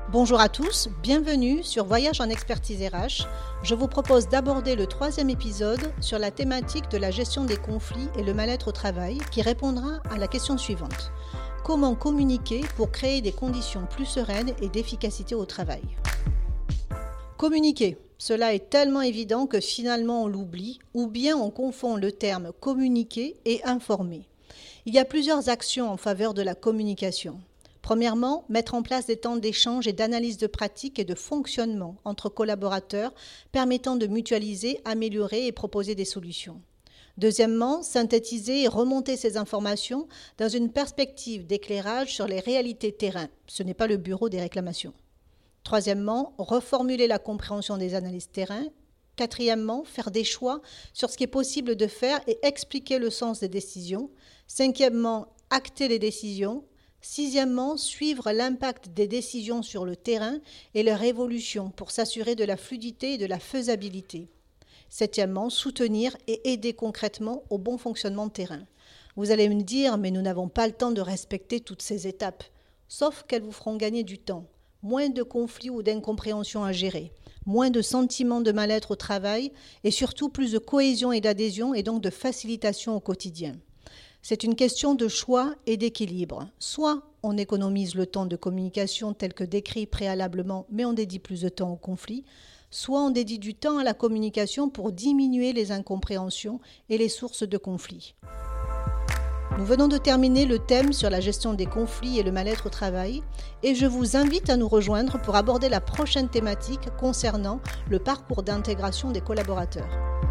Bonjour à tous, bienvenue sur Voyage en expertise RH. Je vous propose d'aborder le 3e épisode sur la thématique de la gestion des conflits et le mal-être au travail qui répondra à la question suivante. Comment communiquer pour créer des conditions plus sereines et d'efficacité au travail ? Communiquer, cela est tellement évident que finalement on l'oublie ou bien on confond le terme communiquer et informer. Il y a plusieurs actions en faveur de la communication. Premièrement, mettre en place des temps d'échange et d'analyse de pratiques et de fonctionnement entre collaborateurs permettant de mutualiser, améliorer et proposer des solutions. Deuxièmement, synthétiser et remonter ces informations dans une perspective d'éclairage sur les réalités terrain. Ce n'est pas le bureau des réclamations. Troisièmement, reformuler la compréhension des analyses terrain. Quatrièmement, faire des choix sur ce qui est possible de faire et expliquer le sens des décisions. Cinquièmement, acter les décisions. Sixièmement, suivre l'impact des décisions sur le terrain et leur évolution pour s'assurer de la fluidité et de la faisabilité. Septièmement, soutenir et aider concrètement au bon fonctionnement de terrain. Vous allez me dire, mais nous n'avons pas le temps de respecter toutes ces étapes, sauf qu'elles vous feront gagner du temps, moins de conflits ou d'incompréhensions à gérer, moins de sentiments de mal-être au travail et surtout plus de cohésion et d'adhésion et donc de facilitation au quotidien. C'est une question de choix et d'équilibre. Soit on économise le temps de communication tel que décrit préalablement, mais on dédie plus de temps au conflit, soit on dédie du temps à la communication pour diminuer les incompréhensions et les sources de conflits. Nous venons de terminer le thème sur la gestion des conflits et le mal-être au travail et je vous invite à nous rejoindre pour aborder la prochaine thématique concernant le parcours d'intégration des collaborateurs.